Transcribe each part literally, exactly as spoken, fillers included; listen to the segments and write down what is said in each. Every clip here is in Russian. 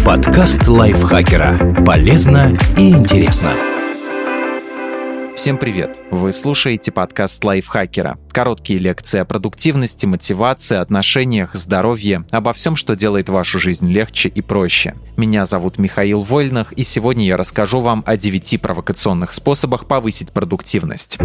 Подкаст лайфхакера. Полезно и интересно. Всем привет! Вы слушаете подкаст лайфхакера. Короткие лекции о продуктивности, мотивации, отношениях, здоровье, обо всем, что делает вашу жизнь легче и проще. Меня зовут Михаил Вольных, и сегодня я расскажу вам о девяти провокационных способах повысить продуктивность.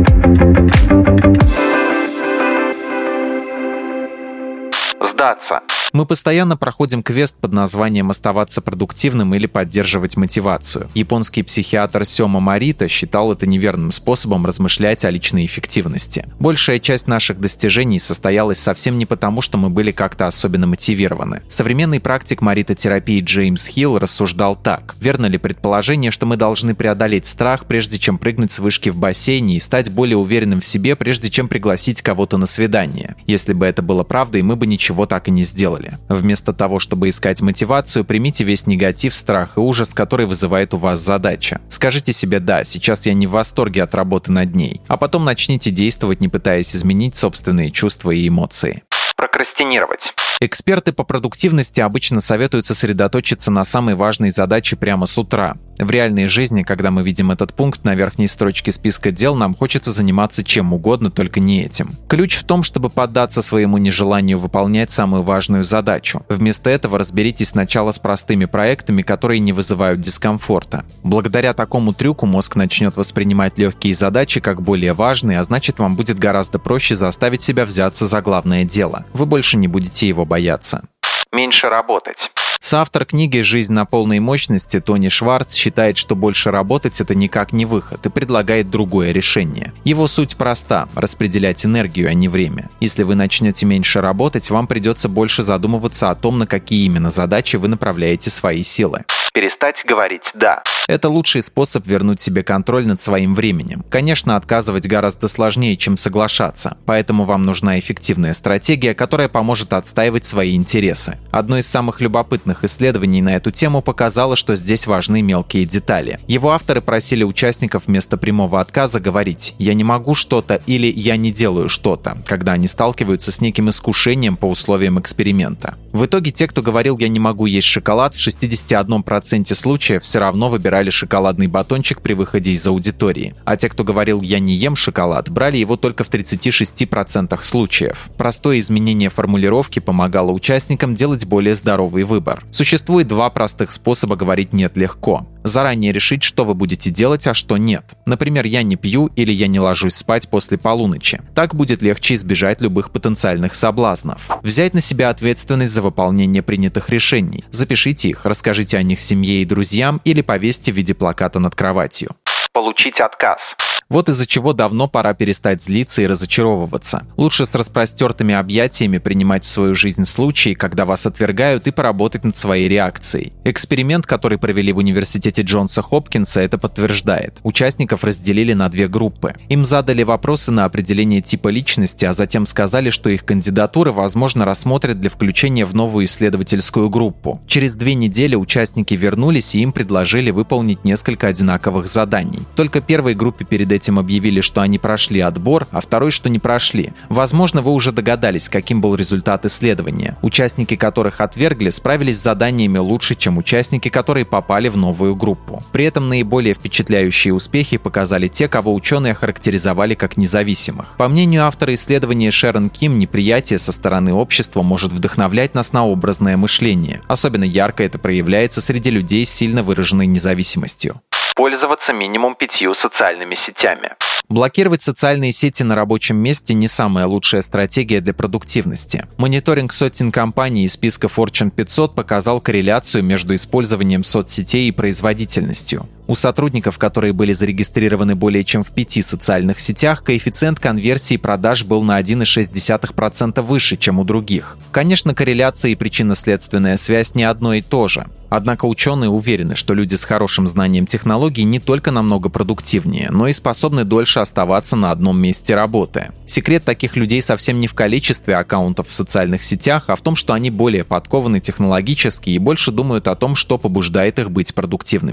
Сдаться. Мы постоянно проходим квест под названием «Оставаться продуктивным» или «Поддерживать мотивацию». Японский психиатр Сёма Морита считал это неверным способом размышлять о личной эффективности. Большая часть наших достижений состоялась совсем не потому, что мы были как-то особенно мотивированы. Современный практик моритотерапии Джеймс Хилл рассуждал так: верно ли предположение, что мы должны преодолеть страх, прежде чем прыгнуть с вышки в бассейне, и стать более уверенным в себе, прежде чем пригласить кого-то на свидание? Если бы это было правдой, мы бы ничего так и не сделали. Вместо того, чтобы искать мотивацию, примите весь негатив, страх и ужас, который вызывает у вас задача. Скажите себе: да, сейчас я не в восторге от работы над ней, а потом начните действовать, не пытаясь изменить собственные чувства и эмоции. Прокрастинировать. Эксперты по продуктивности обычно советуют сосредоточиться на самой важной задаче прямо с утра. В реальной жизни, когда мы видим этот пункт на верхней строчке списка дел, нам хочется заниматься чем угодно, только не этим. Ключ в том, чтобы поддаться своему нежеланию выполнять самую важную задачу. Вместо этого разберитесь сначала с простыми проектами, которые не вызывают дискомфорта. Благодаря такому трюку мозг начнет воспринимать легкие задачи как более важные, а значит, вам будет гораздо проще заставить себя взяться за главное дело. Вы больше не будете его бояться. Меньше работать. Соавтор книги «Жизнь на полной мощности» Тони Шварц считает, что больше работать – это никак не выход, и предлагает другое решение. Его суть проста – распределять энергию, а не время. Если вы начнете меньше работать, вам придется больше задумываться о том, на какие именно задачи вы направляете свои силы. Перестать говорить «да». Это лучший способ вернуть себе контроль над своим временем. Конечно, отказывать гораздо сложнее, чем соглашаться, поэтому вам нужна эффективная стратегия, которая поможет отстаивать свои интересы. Одно из самых любопытных исследований на эту тему показало, что здесь важны мелкие детали. Его авторы просили участников вместо прямого отказа говорить «я не могу что-то» или «я не делаю что-то», когда они сталкиваются с неким искушением по условиям эксперимента. В итоге те, кто говорил «я не могу есть шоколад», в шестьдесят один процент случаев все равно выбирали шоколадный батончик при выходе из аудитории, а те, кто говорил «я не ем шоколад», брали его только в тридцати шести процентах случаев. Простое изменение формулировки помогало участникам делать более здоровый выбор. Существует два простых способа говорить «нет» легко. Заранее решить, что вы будете делать, а что нет. Например, «я не пью» или «я не ложусь спать после полуночи». Так будет легче избежать любых потенциальных соблазнов. Взять на себя ответственность за выполнение принятых решений. Запишите их, расскажите о них семье и друзьям или повесьте в виде плаката над кроватью. Получить отказ. Вот из-за чего давно пора перестать злиться и разочаровываться. Лучше с распростертыми объятиями принимать в свою жизнь случаи, когда вас отвергают, и поработать над своей реакцией. Эксперимент, который провели в университете Джонса Хопкинса, это подтверждает. Участников разделили на две группы. Им задали вопросы на определение типа личности, а затем сказали, что их кандидатуры, возможно, рассмотрят для включения в новую исследовательскую группу. Через две недели участники вернулись, и им предложили выполнить несколько одинаковых заданий. Только первой группе перед этим Этим объявили, что они прошли отбор, а второй, что не прошли. Возможно, вы уже догадались, каким был результат исследования. Участники, которых отвергли, справились с заданиями лучше, чем участники, которые попали в новую группу. При этом наиболее впечатляющие успехи показали те, кого ученые характеризовали как независимых. По мнению автора исследования Шерон Ким, неприятие со стороны общества может вдохновлять нас на образное мышление. Особенно ярко это проявляется среди людей с сильно выраженной независимостью. Пользоваться минимум пятью социальными сетями. Блокировать социальные сети на рабочем месте не самая лучшая стратегия для продуктивности. Мониторинг сотен компаний из списка Fortune пятьсот показал корреляцию между использованием соцсетей и производительностью. У сотрудников, которые были зарегистрированы более чем в пяти социальных сетях, коэффициент конверсии продаж был на один целых шесть десятых процента выше, чем у других. Конечно, корреляция и причинно-следственная связь не одно и то же. Однако ученые уверены, что люди с хорошим знанием технологий не только намного продуктивнее, но и способны дольше оставаться на одном месте работы. Секрет таких людей совсем не в количестве аккаунтов в социальных сетях, а в том, что они более подкованы технологически и больше думают о том, что побуждает их быть продуктивными.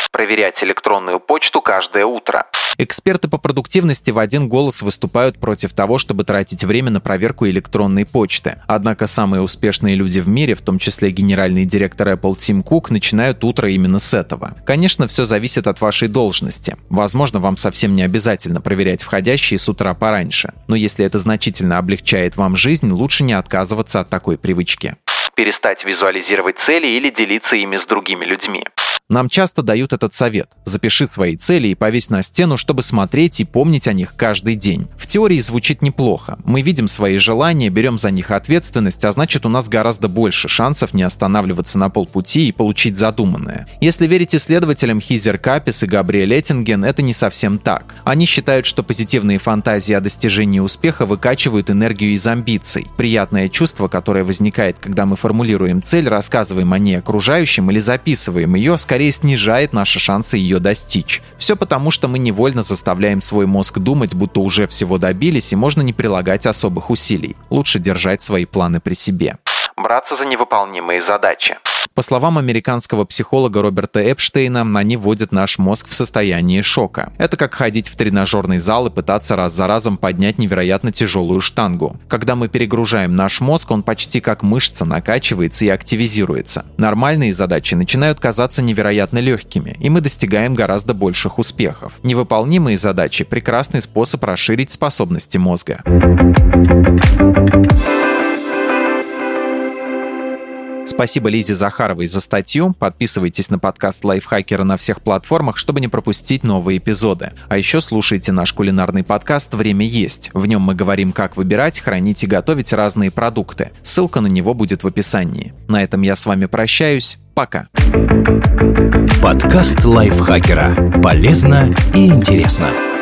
Проверять электронную почту каждое утро. Эксперты по продуктивности в один голос выступают против того, чтобы тратить время на проверку электронной почты. Однако самые успешные люди в мире, в том числе генеральный директор Apple Тим Кук, начинают утро именно с этого. Конечно, все зависит от вашей должности. Возможно, вам совсем не обязательно проверять входящие с утра пораньше. Но если это значительно облегчает вам жизнь, лучше не отказываться от такой привычки. Перестать визуализировать цели или делиться ими с другими людьми. Нам часто дают этот совет. Запиши свои цели и повесь на стену, чтобы смотреть и помнить о них каждый день. В теории звучит неплохо. Мы видим свои желания, берем за них ответственность, а значит, у нас гораздо больше шансов не останавливаться на полпути и получить задуманное. Если верить исследователям Хизер Капис и Габриэль Эттинген, это не совсем так. Они считают, что позитивные фантазии о достижении успеха выкачивают энергию из амбиций. Приятное чувство, которое возникает, когда мы формулируем цель, рассказываем о ней окружающим или записываем ее, скорее снижает наши шансы ее достичь. Все потому, что мы невольно заставляем свой мозг думать, будто уже всего добились и можно не прилагать особых усилий. Лучше держать свои планы при себе. Браться за невыполнимые задачи. По словам американского психолога Роберта Эпштейна, они вводят наш мозг в состояние шока. Это как ходить в тренажерный зал и пытаться раз за разом поднять невероятно тяжелую штангу. Когда мы перегружаем наш мозг, он почти как мышца накачивается и активизируется. Нормальные задачи начинают казаться невероятно легкими, и мы достигаем гораздо больших успехов. Невыполнимые задачи – прекрасный способ расширить способности мозга. Спасибо Лизе Захаровой за статью. Подписывайтесь на подкаст Лайфхакера на всех платформах, чтобы не пропустить новые эпизоды. А еще слушайте наш кулинарный подкаст «Время есть». В нем мы говорим, как выбирать, хранить и готовить разные продукты. Ссылка на него будет в описании. На этом я с вами прощаюсь. Пока. Подкаст Лайфхакера. Полезно и интересно.